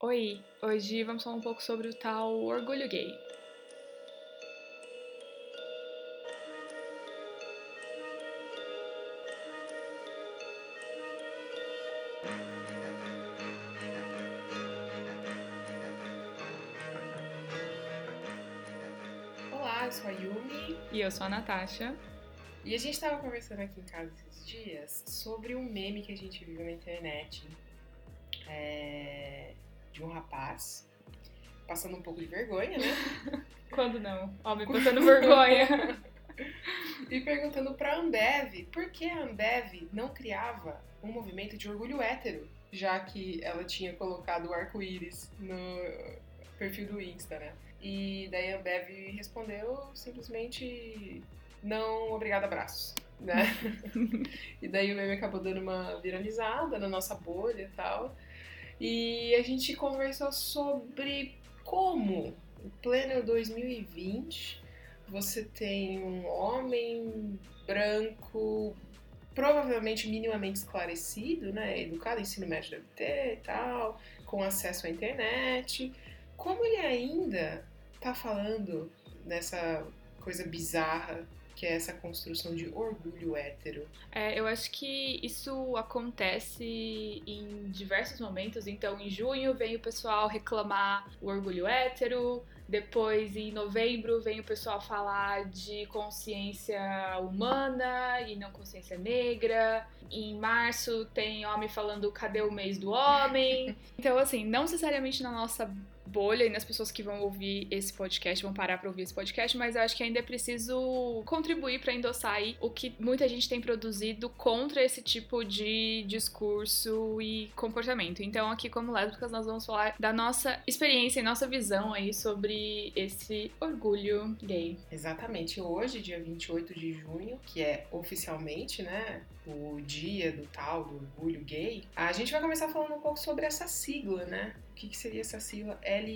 Oi, hoje vamos falar um pouco sobre o tal orgulho gay. Olá, eu sou a Yumi E eu sou a Natasha. e a gente estava conversando aqui em casa esses dias sobre um meme que a gente viu na internet de um rapaz passando um pouco de vergonha, né? Quando não? Homem passando vergonha. E perguntando pra Ambev por que a Ambev não criava um movimento de orgulho hétero, já que ela tinha colocado o arco-íris no perfil do Insta, né? E daí a Ambev respondeu simplesmente não, obrigado, abraços, né? E daí o meme acabou dando uma viralizada na nossa bolha e tal. E a gente conversou sobre como, em pleno 2020, você tem um homem branco, provavelmente minimamente esclarecido, né? Educado, ensino médio deve ter e tal, com acesso à internet. Como ele ainda tá falando nessa coisa bizarra que é essa construção de orgulho hétero? Eu acho que isso acontece em diversos momentos. Então, em junho vem o pessoal reclamar o orgulho hétero. Depois, em novembro, vem o pessoal falar de consciência humana e não consciência negra. Em março, tem homem falando cadê o mês do homem. Então, assim, não necessariamente na nossa bolha e nas pessoas que vão ouvir esse podcast, vão parar pra ouvir esse podcast, mas eu acho que ainda é preciso contribuir pra endossar aí o que muita gente tem produzido contra esse tipo de discurso e comportamento. Então, aqui como lésbicas, nós vamos falar da nossa experiência e nossa visão aí sobre esse orgulho gay. Exatamente, hoje, dia 28 de junho, que é oficialmente, né, o dia do tal do orgulho gay, a gente vai começar falando um pouco sobre essa sigla, né? O que seria essa sigla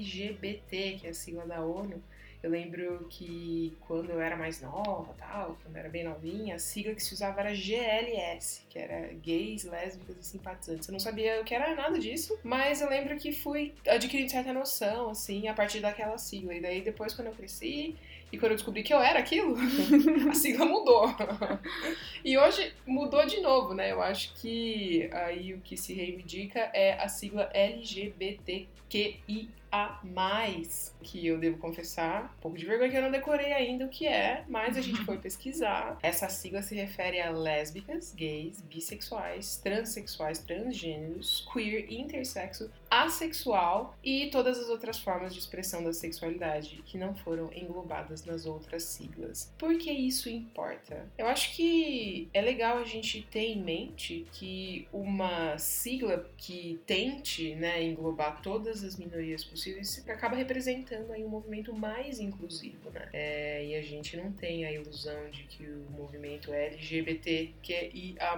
LGBT, que é a sigla da ONU. Eu lembro que quando eu era mais nova, tal, quando eu era bem novinha, a sigla que se usava era GLS, que era gays, lésbicas e simpatizantes. Eu não sabia o que era nada disso, mas eu lembro que fui adquirindo certa noção, assim, a partir daquela sigla. E daí depois, quando eu cresci e quando eu descobri que eu era aquilo, a sigla mudou. E hoje mudou de novo, né? Eu acho que aí o que se reivindica é a sigla LGBTQIA+, que eu devo confessar, um pouco de vergonha que eu não decorei ainda o que é, mas a gente foi pesquisar. Essa sigla se refere a lésbicas, gays, bissexuais, transexuais, transgêneros, queer, intersexo, assexual e todas as outras formas de expressão da sexualidade que não foram englobadas nas outras siglas. Por que isso importa? Eu acho que é legal a gente ter em mente que uma sigla que tente, né, englobar todas as minorias possíveis acaba representando aí um movimento mais inclusivo, né? E a gente não tem a ilusão de que o movimento LGBTQIA+,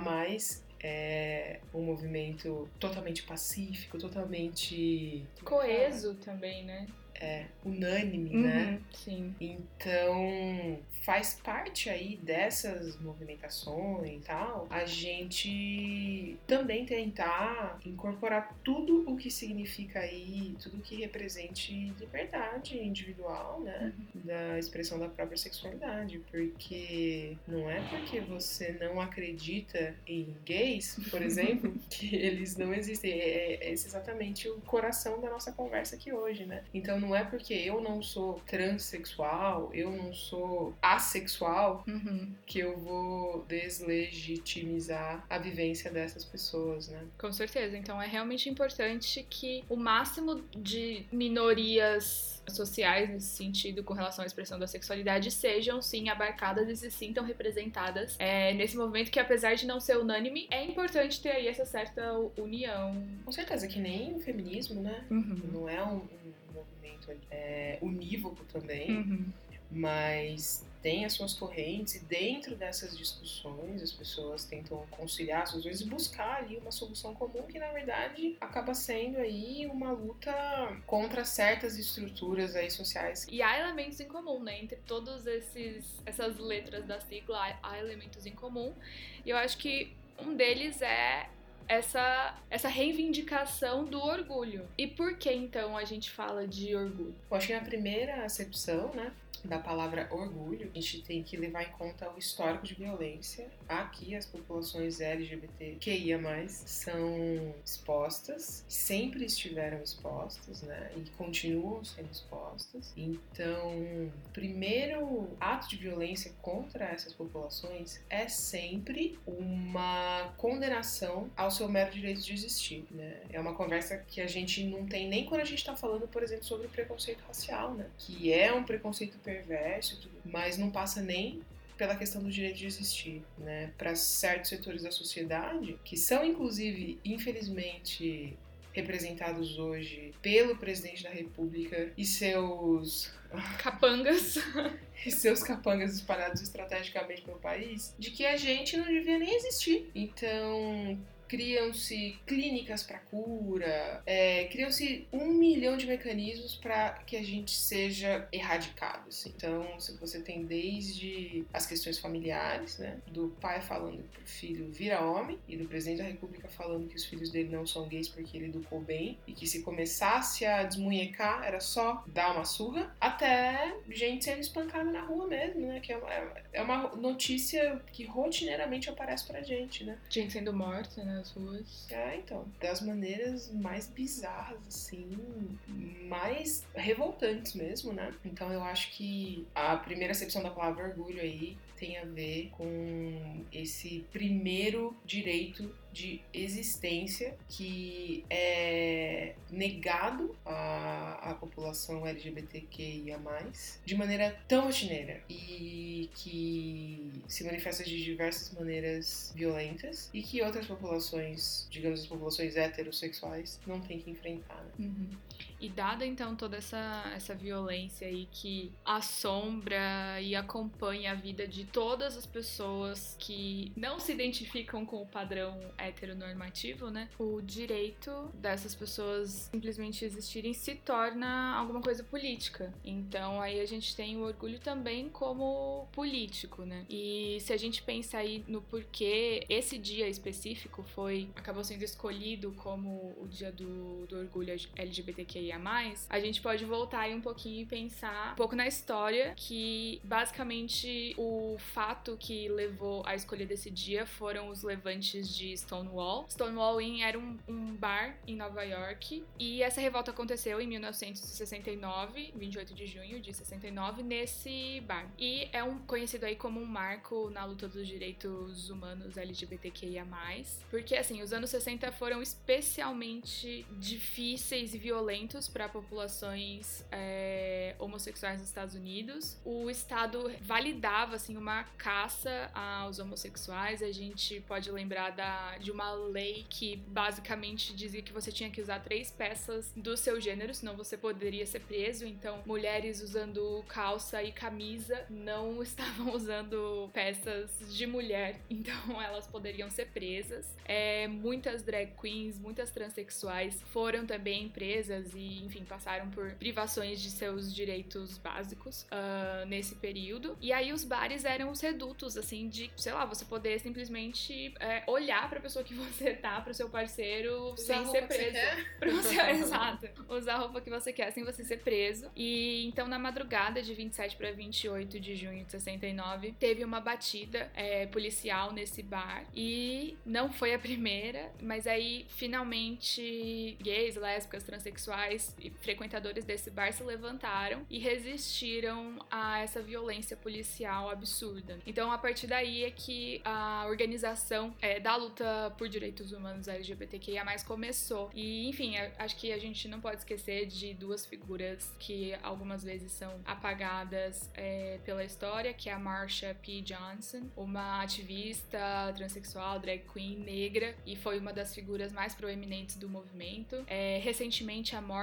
é um movimento totalmente pacífico, totalmente Coeso também, né? unânime, né? Sim. Então, faz parte aí dessas movimentações e tal, a gente também tentar incorporar tudo o que significa aí, tudo que represente liberdade individual, né? Da expressão da própria sexualidade, porque não é porque você não acredita em gays, por exemplo, que eles não existem. Esse é exatamente o coração da nossa conversa aqui hoje, né? Então, não é porque eu não sou transexual, eu não sou assexual, que eu vou deslegitimizar a vivência dessas pessoas, né? Com certeza. Então é realmente importante que o máximo de minorias sociais nesse sentido com relação à expressão da sexualidade sejam sim abarcadas e se sintam representadas nesse movimento que, apesar de não ser unânime, é importante ter aí essa certa união. Com certeza, que nem o feminismo, né? Não é um movimento unívoco também, mas tem as suas correntes e dentro dessas discussões as pessoas tentam conciliar as vezes e buscar ali uma solução comum que na verdade acaba sendo aí uma luta contra certas estruturas aí sociais. E há elementos em comum, né? Entre todas essas letras da sigla há elementos em comum e eu acho que um deles é essa reivindicação do orgulho. E por que então a gente fala de orgulho? Eu acho que na primeira acepção, né, da palavra orgulho, a gente tem que levar em conta o histórico de violência. Aqui as populações LGBTQIA+, são expostas, sempre estiveram expostas, né, e continuam sendo expostas. Então, o primeiro ato de violência contra essas populações é sempre uma condenação ao seu mero direito de existir, né? É uma conversa que a gente não tem nem quando a gente está falando, por exemplo, sobre preconceito racial, né? Que é um preconceito perverso, mas não passa nem pela questão do direito de existir, né? Para certos setores da sociedade, que são, inclusive, infelizmente, representados hoje pelo presidente da República e seus capangas e seus capangas espalhados estrategicamente pelo país, de que a gente não devia nem existir. Então, criam-se clínicas para cura, criam-se 1 milhão de mecanismos para que a gente seja erradicado. Assim. Então, se você tem desde as questões familiares, né, do pai falando pro filho vira homem, e do presidente da República falando que os filhos dele não são gays porque ele educou bem, e que se começasse a desmunhecar era só dar uma surra, até gente sendo espancada na rua mesmo, né, que é uma notícia que rotineiramente aparece pra gente, né. Gente sendo morta, né? Nas ruas. Então, das maneiras mais bizarras, assim, mais revoltantes mesmo, né? Então eu acho que a primeira acepção da palavra orgulho aí tem a ver com esse primeiro direito de existência que é negado à população LGBTQIA+, de maneira tão rotineira e que se manifesta de diversas maneiras violentas e que outras populações, digamos as populações heterossexuais, não têm que enfrentar. Né? Uhum. E dada então toda essa violência aí que assombra e acompanha a vida de todas as pessoas que não se identificam com o padrão heteronormativo, né? O direito dessas pessoas simplesmente existirem se torna alguma coisa política. Então aí a gente tem o orgulho também como político, né? E se a gente pensa aí no porquê esse dia específico acabou sendo escolhido como o dia do orgulho LGBTQIA+, a gente pode voltar aí um pouquinho e pensar um pouco na história, que basicamente o fato que levou à escolha desse dia foram os levantes de Stonewall. Stonewall Inn era um bar em Nova York e essa revolta aconteceu em 1969, 28 de junho de 69, nesse bar. E é conhecido aí como um marco na luta dos direitos humanos LGBTQIA+, porque assim, os anos 60 foram especialmente difíceis e violentos para populações homossexuais nos Estados Unidos. O Estado validava assim, uma caça aos homossexuais. A gente pode lembrar de uma lei que basicamente dizia que você tinha que usar 3 peças do seu gênero, senão você poderia ser preso. Então, mulheres usando calça e camisa não estavam usando peças de mulher, então elas poderiam ser presas. Muitas drag queens, muitas transexuais foram também presas e, enfim, passaram por privações de seus direitos básicos nesse período. E aí os bares eram os redutos, assim, de, sei lá, você poder simplesmente olhar pra pessoa que você tá, pro seu parceiro, sem ser preso. Exato. Usar a roupa que você quer sem você ser preso. E então, na madrugada de 27 para 28 de junho de 69, teve uma batida policial nesse bar. E não foi a primeira, mas aí, finalmente, gays, lésbicas, transexuais e frequentadores desse bar se levantaram e resistiram a essa violência policial absurda. Então, a partir daí é que a organização da luta por direitos humanos LGBTQIA+ começou. E, enfim, acho que a gente não pode esquecer de 2 figuras que algumas vezes são apagadas pela história, que é a Marsha P. Johnson, uma ativista transexual, drag queen, negra, e foi uma das figuras mais proeminentes do movimento. Recentemente, a morte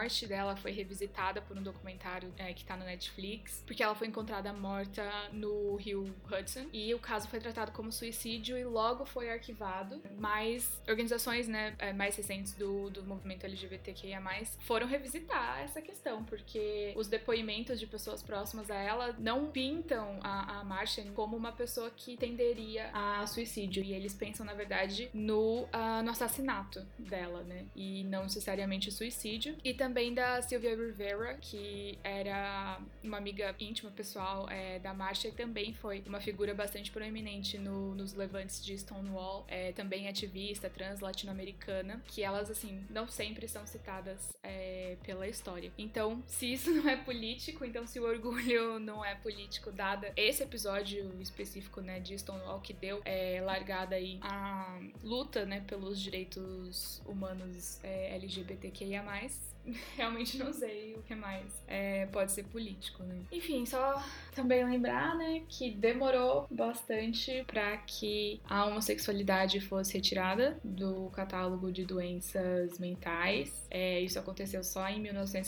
morte dela foi revisitada por um documentário que tá no Netflix, porque ela foi encontrada morta no rio Hudson, e o caso foi tratado como suicídio e logo foi arquivado. Mas organizações, né, mais recentes do movimento LGBTQIA+, foram revisitar essa questão, porque os depoimentos de pessoas próximas a ela não pintam a Marcia como uma pessoa que tenderia a suicídio, e eles pensam, na verdade, no assassinato dela, né, e não necessariamente suicídio. E também da Sylvia Rivera, que era uma amiga íntima, pessoal, da Marcia, e também foi uma figura bastante proeminente nos levantes de Stonewall, também ativista trans latino-americana, que elas, assim, não sempre são citadas pela história. Então, se isso não é político, então se o orgulho não é político, dada esse episódio específico, né, de Stonewall, que deu largada aí a luta, né, pelos direitos humanos LGBTQIA+, realmente não sei o que mais pode ser político, né? Enfim, só também lembrar, né, que demorou bastante para que a homossexualidade fosse retirada do catálogo de doenças mentais. Isso aconteceu só em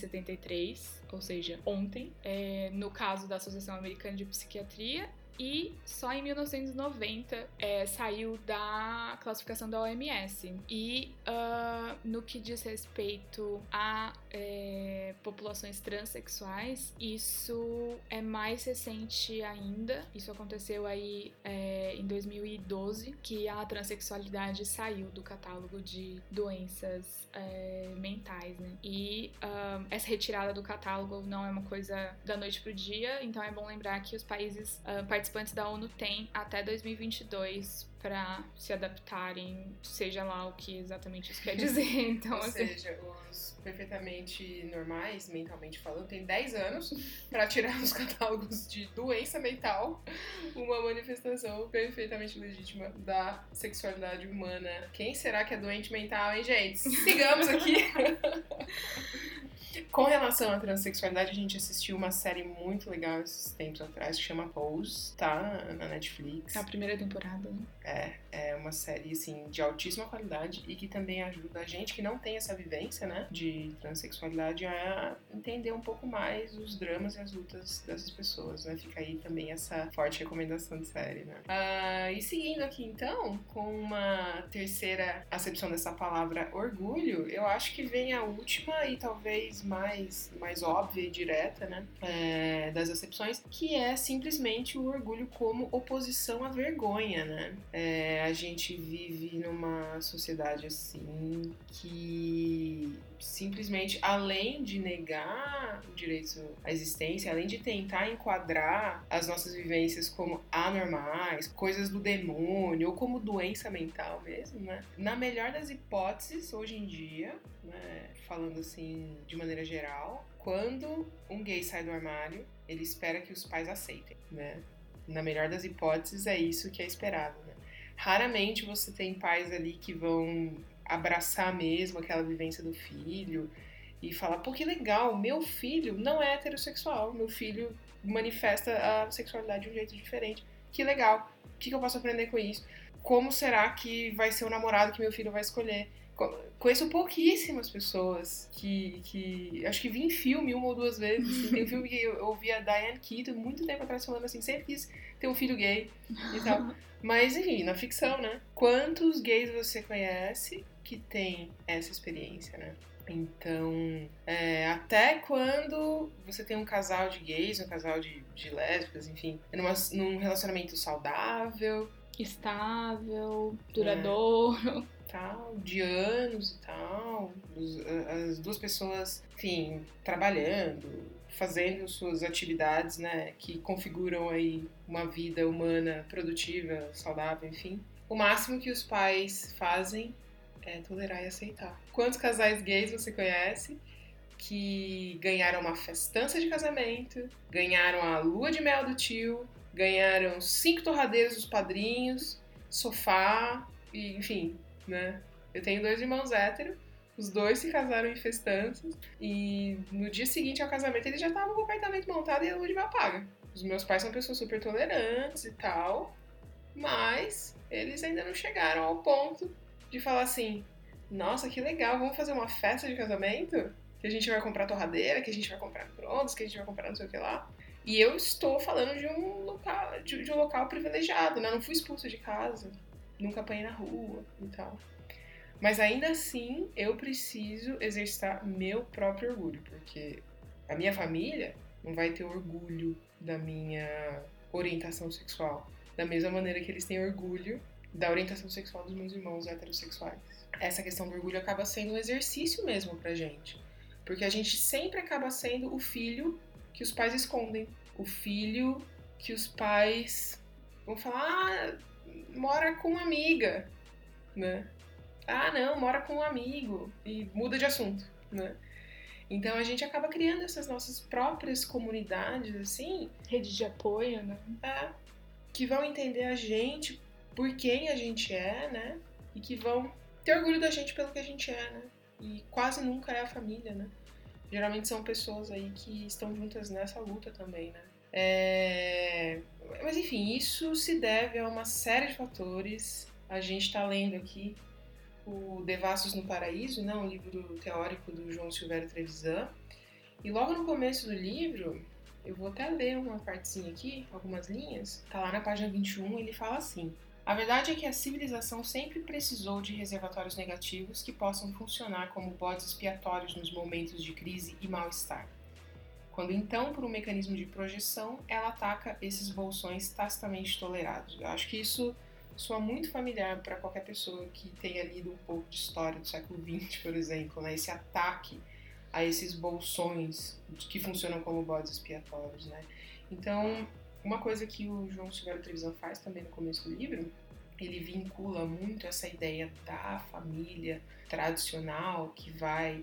1973, ou seja, ontem, no caso da Associação Americana de Psiquiatria. E só em 1990 saiu da classificação da OMS. E no que diz respeito a populações transexuais, isso é mais recente ainda. Isso aconteceu aí em 2012, que a transexualidade saiu do catálogo de doenças mentais, né? E essa retirada do catálogo não é uma coisa da noite pro dia, então é bom lembrar que os países participantes da ONU têm até 2022 para se adaptarem, seja lá o que exatamente isso quer dizer. Então, ou seja, os perfeitamente normais, mentalmente falando, têm 10 anos para tirar dos catálogos de doença mental uma manifestação perfeitamente legítima da sexualidade humana. Quem será que é doente mental, hein, gente? Sigamos aqui. Com relação à transexualidade, a gente assistiu uma série muito legal esses tempos atrás, que chama Pose, tá? Na Netflix. A primeira temporada, né? É uma série, assim, de altíssima qualidade e que também ajuda a gente que não tem essa vivência, né, de transexualidade a entender um pouco mais os dramas e as lutas dessas pessoas, né? Fica aí também essa forte recomendação de série, né? E seguindo aqui, então, com uma terceira acepção dessa palavra orgulho, eu acho que vem a última e talvez mais óbvia e direta, né, das acepções, que é simplesmente o orgulho como oposição à vergonha, né? A gente vive numa sociedade assim que simplesmente, além de negar o direito à existência, além de tentar enquadrar as nossas vivências como anormais, coisas do demônio ou como doença mental mesmo, né? Na melhor das hipóteses, hoje em dia, né, falando assim de maneira geral, quando um gay sai do armário, ele espera que os pais aceitem, né? Na melhor das hipóteses, é isso que é esperado, né? Raramente você tem pais ali que vão abraçar mesmo aquela vivência do filho e falar, pô, que legal, meu filho não é heterossexual, meu filho manifesta a sexualidade de um jeito diferente, que legal, o que eu posso aprender com isso? Como será que vai ser o namorado que meu filho vai escolher? Conheço pouquíssimas pessoas que acho que vi em filme uma ou duas vezes, assim. Tem um filme que eu ouvi a Diane Keaton muito tempo atrás falando assim, sempre quis ter um filho gay e tal. Mas, enfim, na ficção, né? Quantos gays você conhece que tem essa experiência, né? Então, até quando você tem um casal de gays, um casal de lésbicas, enfim, num relacionamento saudável, estável, duradouro, tal, de anos e tal, as duas pessoas, enfim, trabalhando, fazendo suas atividades, né, que configuram aí uma vida humana produtiva, saudável, enfim. O máximo que os pais fazem é tolerar e aceitar. Quantos casais gays você conhece que ganharam uma festança de casamento, ganharam a lua de mel do tio, ganharam 5 torradeiras dos padrinhos, sofá, e, enfim, né? Eu tenho 2 irmãos héteros, os 2 se casaram em festanças e no dia seguinte ao casamento eles já estavam com o apartamento montado e a lua de mel paga. Os meus pais são pessoas super tolerantes e tal, mas eles ainda não chegaram ao ponto de falar assim, nossa, que legal, vamos fazer uma festa de casamento? que a gente vai comprar torradeira, que a gente vai comprar micro-ondas, que a gente vai comprar não sei o que lá. E eu estou falando de um local privilegiado, né? Eu não fui expulsa de casa, nunca apanhei na rua e tal. Mas ainda assim, eu preciso exercitar meu próprio orgulho, porque a minha família não vai ter orgulho da minha orientação sexual, da mesma maneira que eles têm orgulho da orientação sexual dos meus irmãos heterossexuais. Essa questão do orgulho acaba sendo um exercício mesmo pra gente, porque a gente sempre acaba sendo o filho que os pais escondem, o filho que os pais vão falar, mora com uma amiga, né? Ah, não, mora com um amigo e muda de assunto, né? Então a gente acaba criando essas nossas próprias comunidades, assim. Rede de apoio, né? Que vão entender a gente por quem a gente é, né? E que vão ter orgulho da gente pelo que a gente é, né? E quase nunca é a família, né? Geralmente são pessoas aí que estão juntas nessa luta também, né? Mas enfim, isso se deve a uma série de fatores. A gente tá lendo aqui o Devassos no Paraíso, né, um livro teórico do João Silvério Trevisan. E logo no começo do livro, eu vou até ler uma partezinha aqui, algumas linhas, tá lá na página 21, ele fala assim: a verdade é que a civilização sempre precisou de reservatórios negativos que possam funcionar como bodes expiatórios nos momentos de crise e mal-estar. Quando então, por um mecanismo de projeção, ela ataca esses bolsões tacitamente tolerados. Eu acho que isso soa muito familiar para qualquer pessoa que tenha lido um pouco de história do século XX, por exemplo, né? Esse ataque a esses bolsões que funcionam como bodes expiatórios, né? Então, uma coisa que o João Silvério Trevisan faz também no começo do livro, ele vincula muito essa ideia da família tradicional que vai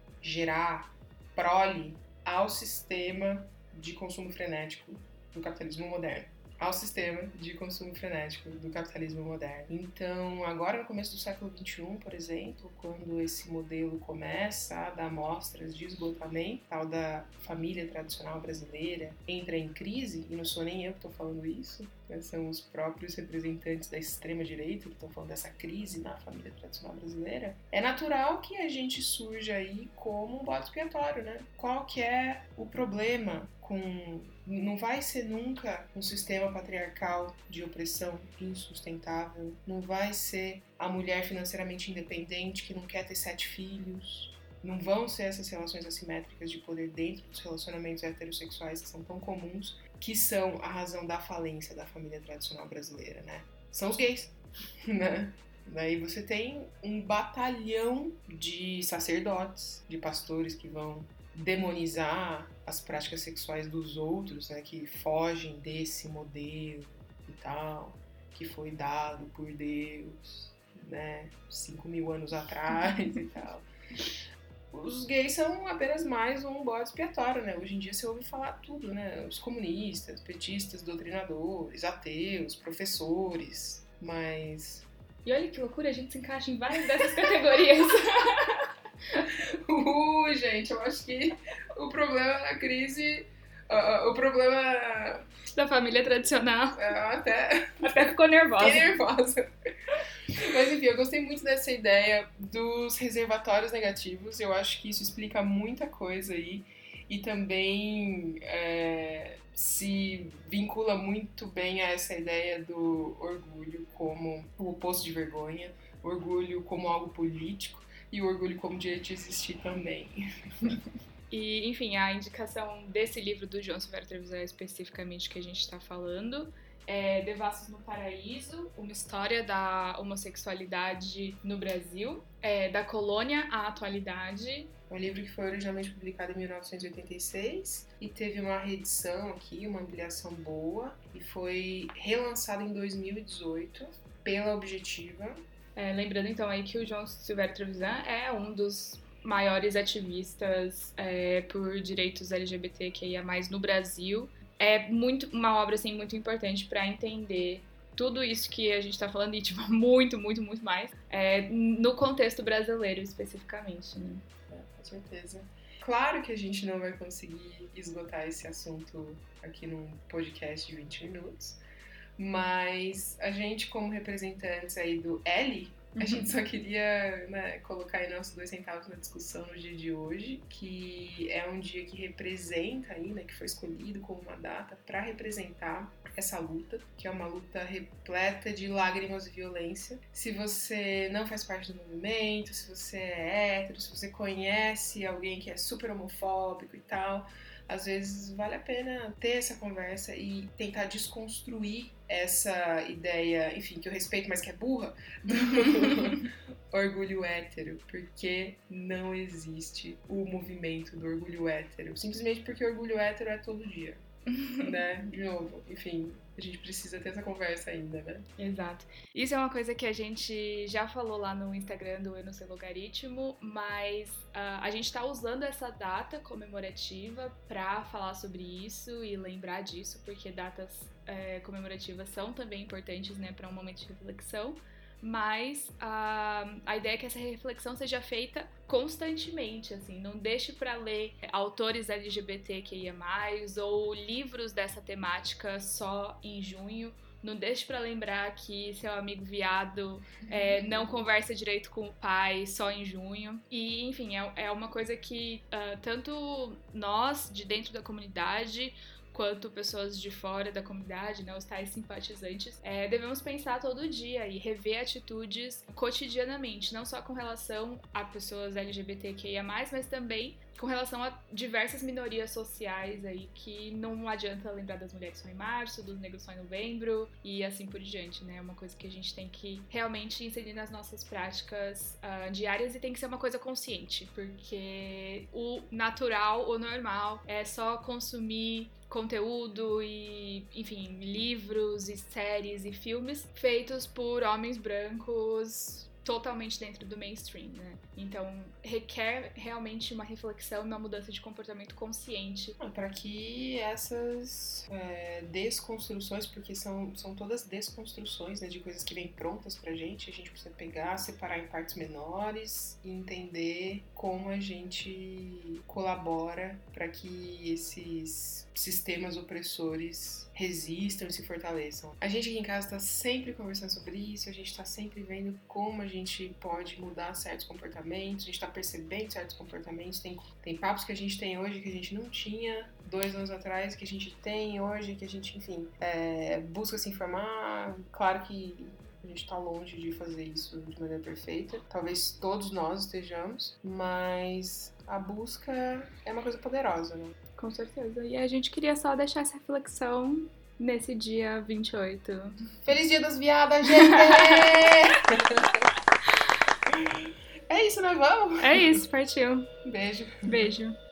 gerar prole ao sistema de consumo frenético do capitalismo moderno. Ao sistema de consumo frenético do capitalismo moderno. Então, agora no começo do século XXI, por exemplo, quando esse modelo começa a dar mostras de esgotamento, tal da família tradicional brasileira entra em crise, e não sou nem eu que estou falando isso, né? São os próprios representantes da extrema-direita que estão falando dessa crise na família tradicional brasileira, é natural que a gente surja aí como um bode expiatório, né? Qual que é o problema com... Não vai ser nunca um sistema patriarcal de opressão insustentável. Não vai ser a mulher financeiramente independente que não quer ter 7 filhos. Não vão ser essas relações assimétricas de poder dentro dos relacionamentos heterossexuais que são tão comuns, que são a razão da falência da família tradicional brasileira, né? São os gays, né? Daí você tem um batalhão de sacerdotes, de pastores que vão demonizar as práticas sexuais dos outros, né, que fogem desse modelo e tal, que foi dado por Deus, né, 5.000 anos atrás e tal. Os gays são apenas mais um bode expiatório, né? Hoje em dia você ouve falar tudo, né? Os comunistas, petistas, doutrinadores, ateus, professores, mas... E olha que loucura, a gente se encaixa em várias dessas categorias. Gente, eu acho que o problema da crise, o problema da família tradicional, até ficou nervosa. Fiquei nervosa. Mas enfim, eu gostei muito dessa ideia dos reservatórios negativos. Eu acho que isso explica muita coisa aí e também se vincula muito bem a essa ideia do orgulho como o oposto de vergonha, orgulho como algo político e o orgulho como direito de existir também. E, enfim, a indicação desse livro do João Silvério Trevisan, especificamente que a gente está falando, é Devassos no Paraíso, uma história da homossexualidade no Brasil, da colônia à atualidade. É um livro que foi originalmente publicado em 1986 e teve uma reedição aqui, uma ampliação boa, e foi relançado em 2018 pela Objetiva. Lembrando então aí que o João Silvério Trevisan é um dos maiores ativistas por direitos LGBTQIA+, no Brasil. É uma obra assim, muito importante para entender tudo isso que a gente está falando e tipo, muito, muito, muito mais no contexto brasileiro especificamente, né? Com certeza. Claro que a gente não vai conseguir esgotar esse assunto aqui num podcast de 20 minutos, mas a gente, como representantes aí do L, A gente só queria, né, colocar aí nossos 2 centavos na discussão no dia de hoje, que é um dia que representa aí, né, que foi escolhido como uma data para representar essa luta, que é uma luta repleta de lágrimas e violência. Se você não faz parte do movimento, se você é hétero, se você conhece alguém que é super homofóbico e tal, às vezes vale a pena ter essa conversa e tentar desconstruir essa ideia, enfim, que eu respeito, mas que é burra, do orgulho hétero, porque não existe o movimento do orgulho hétero, simplesmente porque o orgulho hétero é todo dia. Né? De novo, enfim, a gente precisa ter essa conversa ainda, né? Exato. Isso é uma coisa que a gente já falou lá no Instagram do Eu Não Sei Logaritmo, mas a gente tá usando essa data comemorativa pra falar sobre isso e lembrar disso, porque datas comemorativas são também importantes, né, pra um momento de reflexão. Mas a ideia é que essa reflexão seja feita constantemente, assim, não deixe para ler autores LGBTQIA+, ou livros dessa temática só em junho, não deixe para lembrar que seu amigo viado não conversa direito com o pai só em junho. E, enfim, é uma coisa que tanto nós, de dentro da comunidade, quanto pessoas de fora da comunidade, né, os tais simpatizantes, devemos pensar todo dia e rever atitudes cotidianamente, não só com relação a pessoas LGBTQIA+, mas também com relação a diversas minorias sociais aí, que não adianta lembrar das mulheres só em março, dos negros só em novembro e assim por diante, né? É uma coisa que a gente tem que realmente inserir nas nossas práticas diárias e tem que ser uma coisa consciente, porque o natural, o normal, é só consumir conteúdo e, enfim, livros e séries e filmes feitos por homens brancos totalmente dentro do mainstream, né? Então, requer realmente uma reflexão e uma mudança de comportamento consciente. Para que essas desconstruções, porque são todas desconstruções, né, de coisas que vêm prontas pra gente, a gente precisa pegar, separar em partes menores e entender como a gente colabora para que esses sistemas opressores resistam e se fortaleçam. A gente aqui em casa está sempre conversando sobre isso, a gente está sempre vendo como a gente pode mudar certos comportamentos, a gente está percebendo certos comportamentos, tem papos que a gente tem hoje que a gente não tinha 2 anos atrás, que a gente tem hoje, que a gente, enfim, busca se informar. Claro que a gente tá longe de fazer isso de maneira perfeita. Talvez todos nós estejamos, mas a busca é uma coisa poderosa, né? Com certeza. E a gente queria só deixar essa reflexão nesse dia 28. Feliz Dia das Viadas, gente! É isso, né? Vamos? É isso, partiu. Beijo. Beijo.